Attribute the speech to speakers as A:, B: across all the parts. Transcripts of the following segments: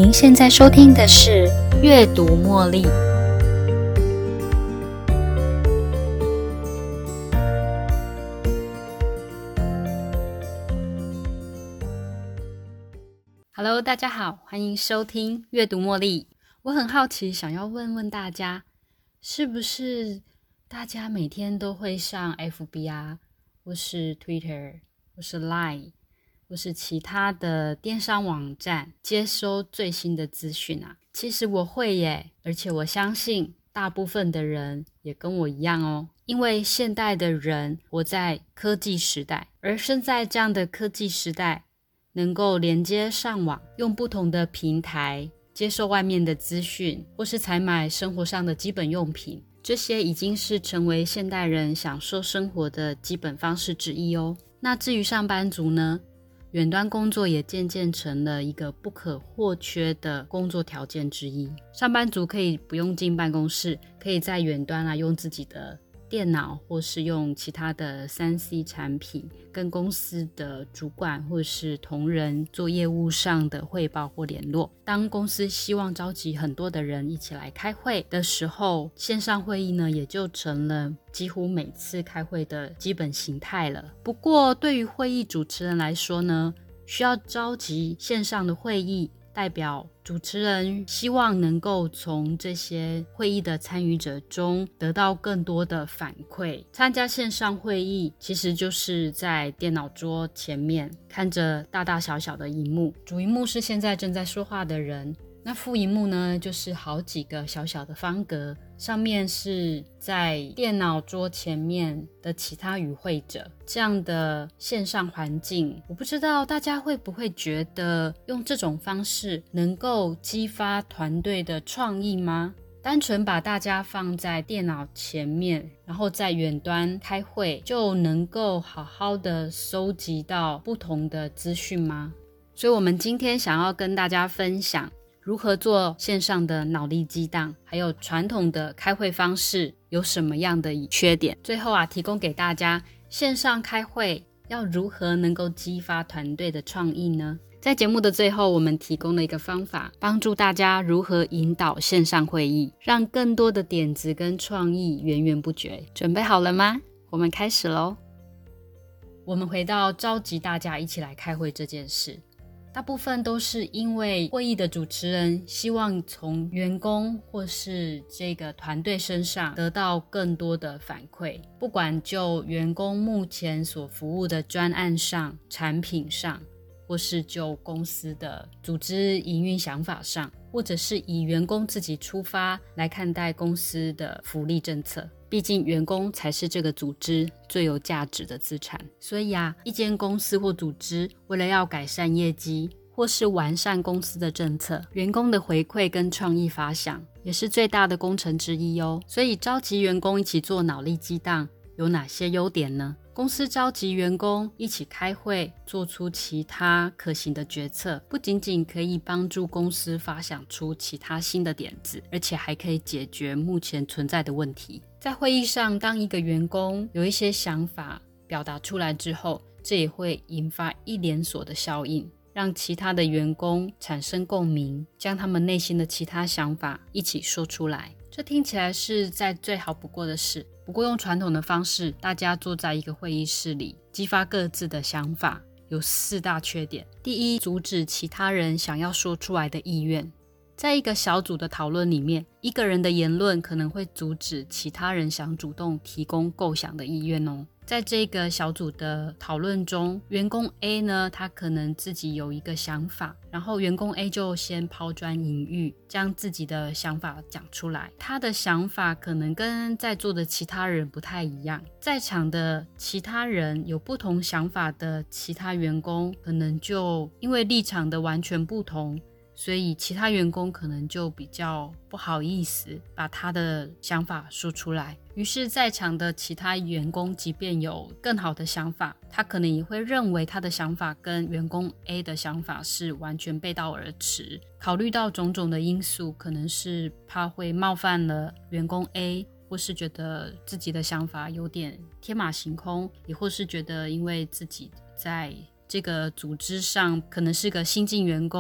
A: 您现在收听的是阅读茉莉。Hello， 大家好，欢迎收听阅读茉莉。我很好奇，想要问问大家，是不是大家每天都会上 FB 啊，或是 Twitter， 或是 Line， 或是其他的电商网站接收最新的资讯啊？其实我会耶，而且我相信大部分的人也跟我一样哦。因为现代的人活在科技时代，而身在这样的科技时代，能够连接上网，用不同的平台接受外面的资讯，或是采买生活上的基本用品，这些已经是成为现代人享受生活的基本方式之一哦。那至于上班族呢？远端工作也渐渐成了一个不可或缺的工作条件之一。上班族可以不用进办公室，可以在远端用自己的电脑或是用其他的 3C 产品跟公司的主管或是同仁做业务上的汇报或联络。当公司希望召集很多的人一起来开会的时候，线上会议呢也就成了几乎每次开会的基本形态了。不过对于会议主持人来说呢，需要召集线上的会议，代表主持人希望能够从这些会议的参与者中得到更多的反馈。参加线上会议其实就是在电脑桌前面看着大大小小的萤幕，主萤幕是现在正在说话的人，那副萤幕呢就是好几个小小的方格，上面是在电脑桌前面的其他与会者。这样的线上环境，我不知道大家会不会觉得用这种方式能够激发团队的创意吗？单纯把大家放在电脑前面，然后在远端开会，就能够好好的收集到不同的资讯吗？所以我们今天想要跟大家分享如何做线上的脑力激荡，还有传统的开会方式有什么样的缺点。最后提供给大家线上开会要如何能够激发团队的创意呢？在节目的最后，我们提供了一个方法，帮助大家如何引导线上会议，让更多的点子跟创意源源不绝。准备好了吗？我们开始咯。我们回到召集大家一起来开会这件事，大部分都是因为会议的主持人希望从员工或是这个团队身上得到更多的反馈，不管就员工目前所服务的专案上、产品上，或是就公司的组织营运想法上，或者是以员工自己出发来看待公司的福利政策。毕竟员工才是这个组织最有价值的资产，所以一间公司或组织为了要改善业绩或是完善公司的政策，员工的回馈跟创意发想也是最大的工程之一哦。所以召集员工一起做脑力激荡有哪些优点呢？公司召集员工一起开会，做出其他可行的决策，不仅仅可以帮助公司发想出其他新的点子，而且还可以解决目前存在的问题。在会议上，当一个员工有一些想法表达出来之后，这也会引发一连锁的效应，让其他的员工产生共鸣，将他们内心的其他想法一起说出来。这听起来是再最好不过的事，不过用传统的方式，大家坐在一个会议室里，激发各自的想法，有4大缺点。第一，阻止其他人想要说出来的意愿。在一个小组的讨论里面，一个人的言论可能会阻止其他人想主动提供构想的意愿哦。在这个小组的讨论中，员工 A 呢，他可能自己有一个想法，然后员工 A 就先抛砖引玉，将自己的想法讲出来。他的想法可能跟在座的其他人不太一样，在场的其他人有不同想法的其他员工，可能就因为立场的完全不同，所以其他员工可能就比较不好意思把他的想法说出来。于是在场的其他员工即便有更好的想法，他可能也会认为他的想法跟员工 A 的想法是完全背道而驰。考虑到种种的因素，可能是怕会冒犯了员工 A， 或是觉得自己的想法有点天马行空，也或是觉得因为自己在这个组织上可能是个新进员工，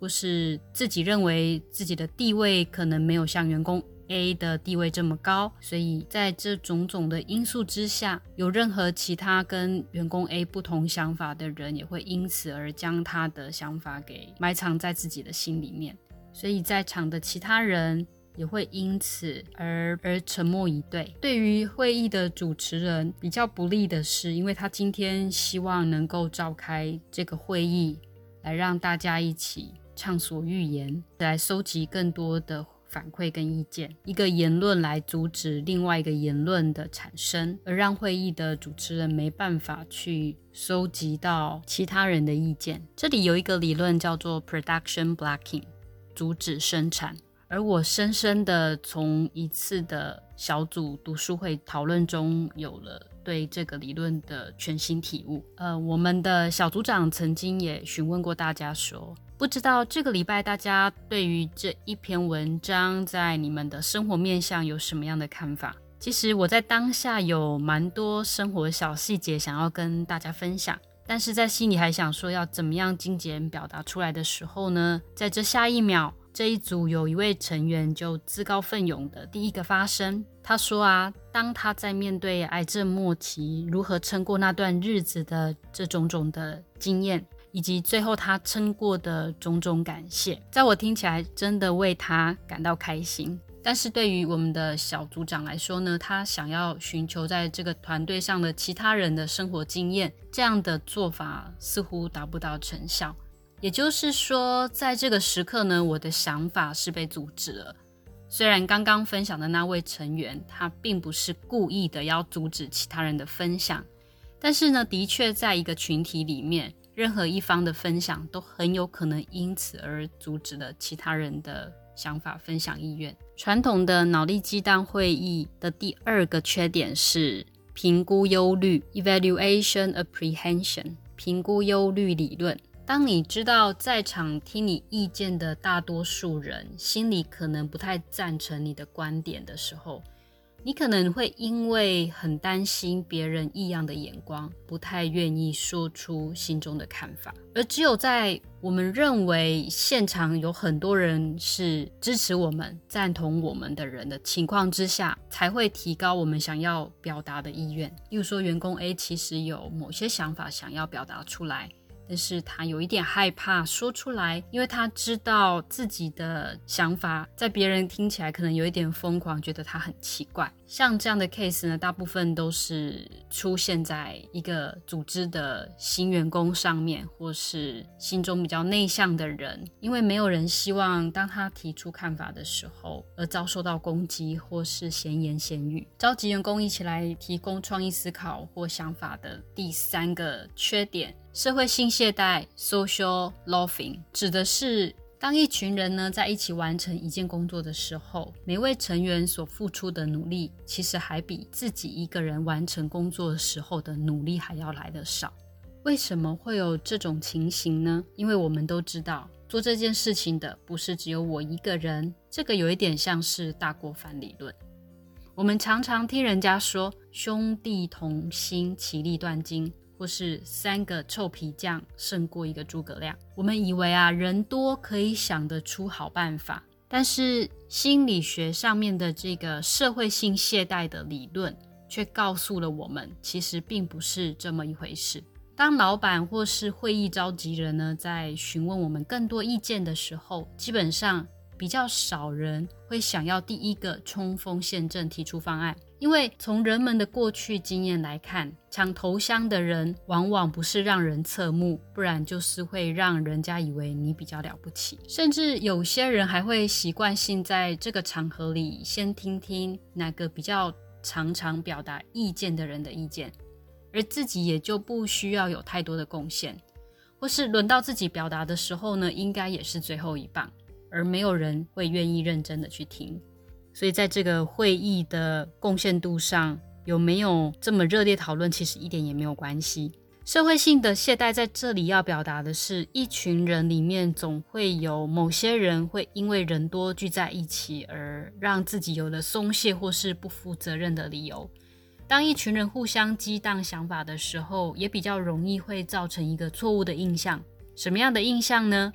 A: 或是自己认为自己的地位可能没有像员工 A 的地位这么高，所以在这种种的因素之下，有任何其他跟员工 A 不同想法的人也会因此而将他的想法给埋藏在自己的心里面，所以在场的其他人也会因此而沉默以对。对于会议的主持人比较不利的是，因为他今天希望能够召开这个会议，来让大家一起畅所欲言，来收集更多的反馈跟意见，一个言论来阻止另外一个言论的产生，而让会议的主持人没办法去收集到其他人的意见。这里有一个理论叫做 production blocking， 阻止生产，而我深深的从一次的小组读书会讨论中有了对这个理论的全新体悟。我们的小组长曾经也询问过大家说，不知道这个礼拜大家对于这一篇文章在你们的生活面向有什么样的看法？其实我在当下有蛮多生活小细节想要跟大家分享，但是在心里还想说要怎么样精简表达出来的时候呢，在这下一秒，这一组有一位成员就自告奋勇的第一个发声。他说当他在面对癌症末期如何撑过那段日子的这种种的经验，以及最后他撑过的种种感谢，在我听起来真的为他感到开心。但是对于我们的小组长来说呢，他想要寻求在这个团队上的其他人的生活经验，这样的做法似乎达不到成效。也就是说，在这个时刻呢，我的想法是被阻止了。虽然刚刚分享的那位成员，他并不是故意的要阻止其他人的分享，但是呢，的确在一个群体里面，任何一方的分享都很有可能因此而阻止了其他人的想法分享意愿。传统的脑力激荡会议的第二个缺点是评估忧虑 Evaluation Apprehension， 评估忧虑理论。当你知道在场听你意见的大多数人心里可能不太赞成你的观点的时候，你可能会因为很担心别人异样的眼光，不太愿意说出心中的看法。而只有在我们认为现场有很多人是支持我们、赞同我们的人的情况之下，才会提高我们想要表达的意愿。例如说，员工 A 其实有某些想法想要表达出来，但是他有一点害怕说出来，因为他知道自己的想法在别人听起来可能有一点疯狂，觉得他很奇怪。像这样的 case 呢，大部分都是出现在一个组织的新员工上面，或是心中比较内向的人，因为没有人希望当他提出看法的时候而遭受到攻击或是闲言闲语。召集员工一起来提供创意思考或想法的第三个缺点，社会性懈怠 social loafing， 指的是当一群人呢在一起完成一件工作的时候，每位成员所付出的努力其实还比自己一个人完成工作的时候的努力还要来得少。为什么会有这种情形呢？因为我们都知道做这件事情的不是只有我一个人，这个有一点像是大锅饭理论。我们常常听人家说兄弟同心其利断金，或是三个臭皮匠胜过一个诸葛亮。我们以为人多可以想得出好办法，但是心理学上面的这个社会性懈怠的理论却告诉了我们，其实并不是这么一回事。当老板或是会议召集人呢，在询问我们更多意见的时候，基本上比较少人会想要第一个冲锋陷阵提出方案，因为从人们的过去经验来看，抢头香的人往往不是让人侧目，不然就是会让人家以为你比较了不起。甚至有些人还会习惯性在这个场合里先听听哪个比较常表达意见的人的意见，而自己也就不需要有太多的贡献，或是轮到自己表达的时候呢，应该也是最后一棒，而没有人会愿意认真的去听。所以在这个会议的贡献度上，有没有这么热烈讨论其实一点也没有关系。社会性的懈怠在这里要表达的是，一群人里面总会有某些人会因为人多聚在一起而让自己有了松懈或是不负责任的理由。当一群人互相激荡想法的时候，也比较容易会造成一个错误的印象。什么样的印象呢？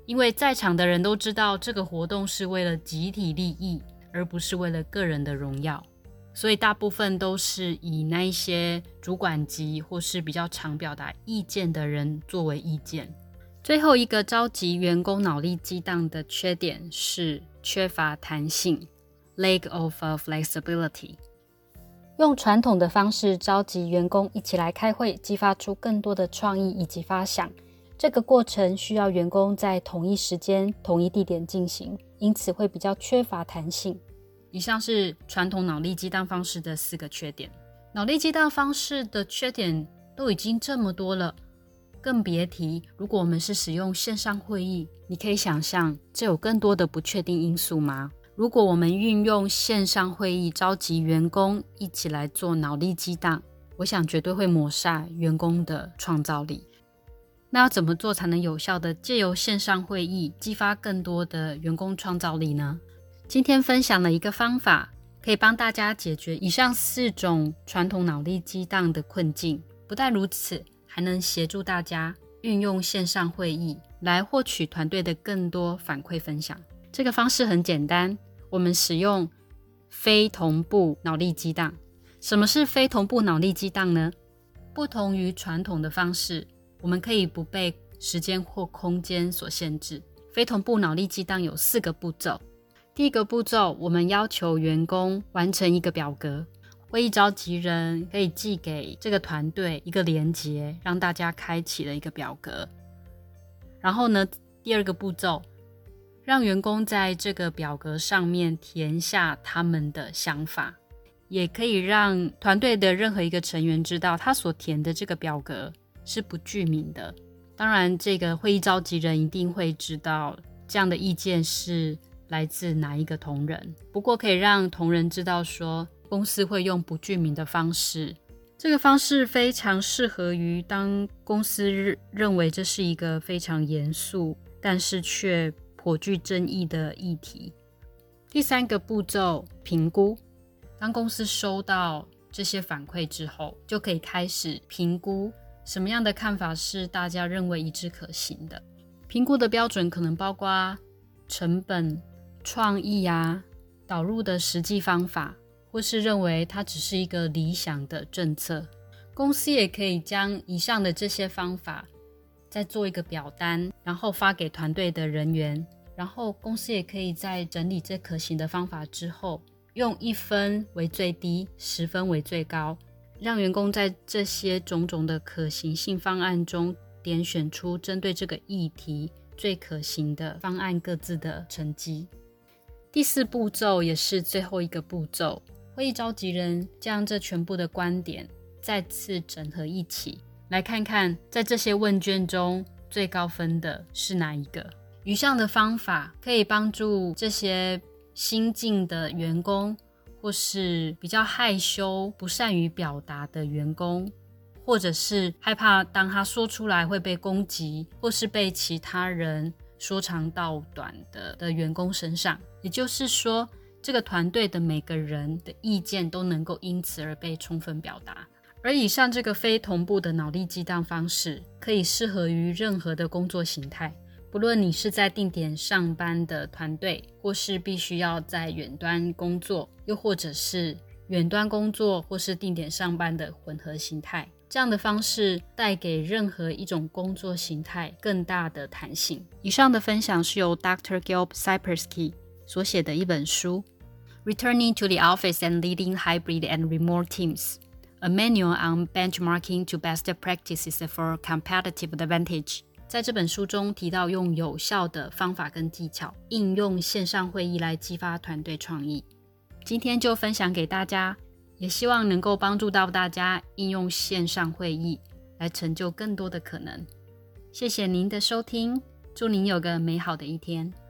A: 因为在场的人都知道这个活动是为了集体利益，而不是为了个人的荣耀，所以大部分都是以那一些主管级或是比较常表达意见的人作为意见。最后一个召集员工脑力激荡的缺点是缺乏弹性 lack of flexibility。 用传统的方式召集员工一起来开会，激发出更多的创意以及发想，这个过程需要员工在同一时间同一地点进行，因此会比较缺乏弹性。以上是传统脑力激荡方式的4个缺点。脑力激荡方式的缺点都已经这么多了，更别提如果我们是使用线上会议，你可以想象这有更多的不确定因素吗？如果我们运用线上会议召集员工一起来做脑力激荡，我想绝对会抹煞员工的创造力。那要怎么做才能有效的借由线上会议激发更多的员工创造力呢？今天分享了一个方法，可以帮大家解决以上4种传统脑力激荡的困境。不但如此，还能协助大家运用线上会议来获取团队的更多反馈分享。这个方式很简单，我们使用非同步脑力激荡。什么是非同步脑力激荡呢？不同于传统的方式，我们可以不被时间或空间所限制。非同步脑力激荡有4个步骤。第一个步骤，我们要求员工完成一个表格，会议召集人可以寄给这个团队一个连结，让大家开启了一个表格。然后呢，第2个步骤，让员工在这个表格上面填下他们的想法，也可以让团队的任何一个成员知道他所填的这个表格是不具名的。当然，这个会议召集人一定会知道这样的意见是来自哪一个同仁，不过可以让同仁知道说公司会用不具名的方式。这个方式非常适合于当公司认为这是一个非常严肃但是却颇具争议的议题。第3个步骤，评估。当公司收到这些反馈之后，就可以开始评估什么样的看法是大家认为一致可行的。评估的标准可能包括成本、创意导入的实际方法，或是认为它只是一个理想的政策。公司也可以将以上的这些方法再做一个表单，然后发给团队的人员，然后公司也可以在整理这可行的方法之后，用1分为最低，10分为最高，让员工在这些种种的可行性方案中点选出针对这个议题最可行的方案各自的成绩。第4步骤也是最后一个步骤，会议召集人将这全部的观点再次整合一起，来看看在这些问卷中最高分的是哪一个。以上的方法可以帮助这些新进的员工，或是比较害羞不善于表达的员工，或者是害怕当他说出来会被攻击，或是被其他人说长道短的员工身上。也就是说，这个团队的每个人的意见都能够因此而被充分表达。而以上这个非同步的脑力激荡方式可以适合于任何的工作形态，不论你是在定点上班的团队，或是必须要在远端工作，又或者是远端工作或是定点上班的混合形态。这样的方式带给任何一种工作形态更大的弹性。以上的分享是由 Dr. Gil Sipersky 所写的一本书 Returning to the Office and Leading Hybrid and Remote Teams, a Manual on Benchmarking to Best Practices for Competitive Advantage。 在这本书中提到用有效的方法跟技巧应用线上会议来激发团队创意。今天就分享给大家，也希望能够帮助到大家应用线上会议来成就更多的可能。谢谢您的收听，祝您有个美好的一天。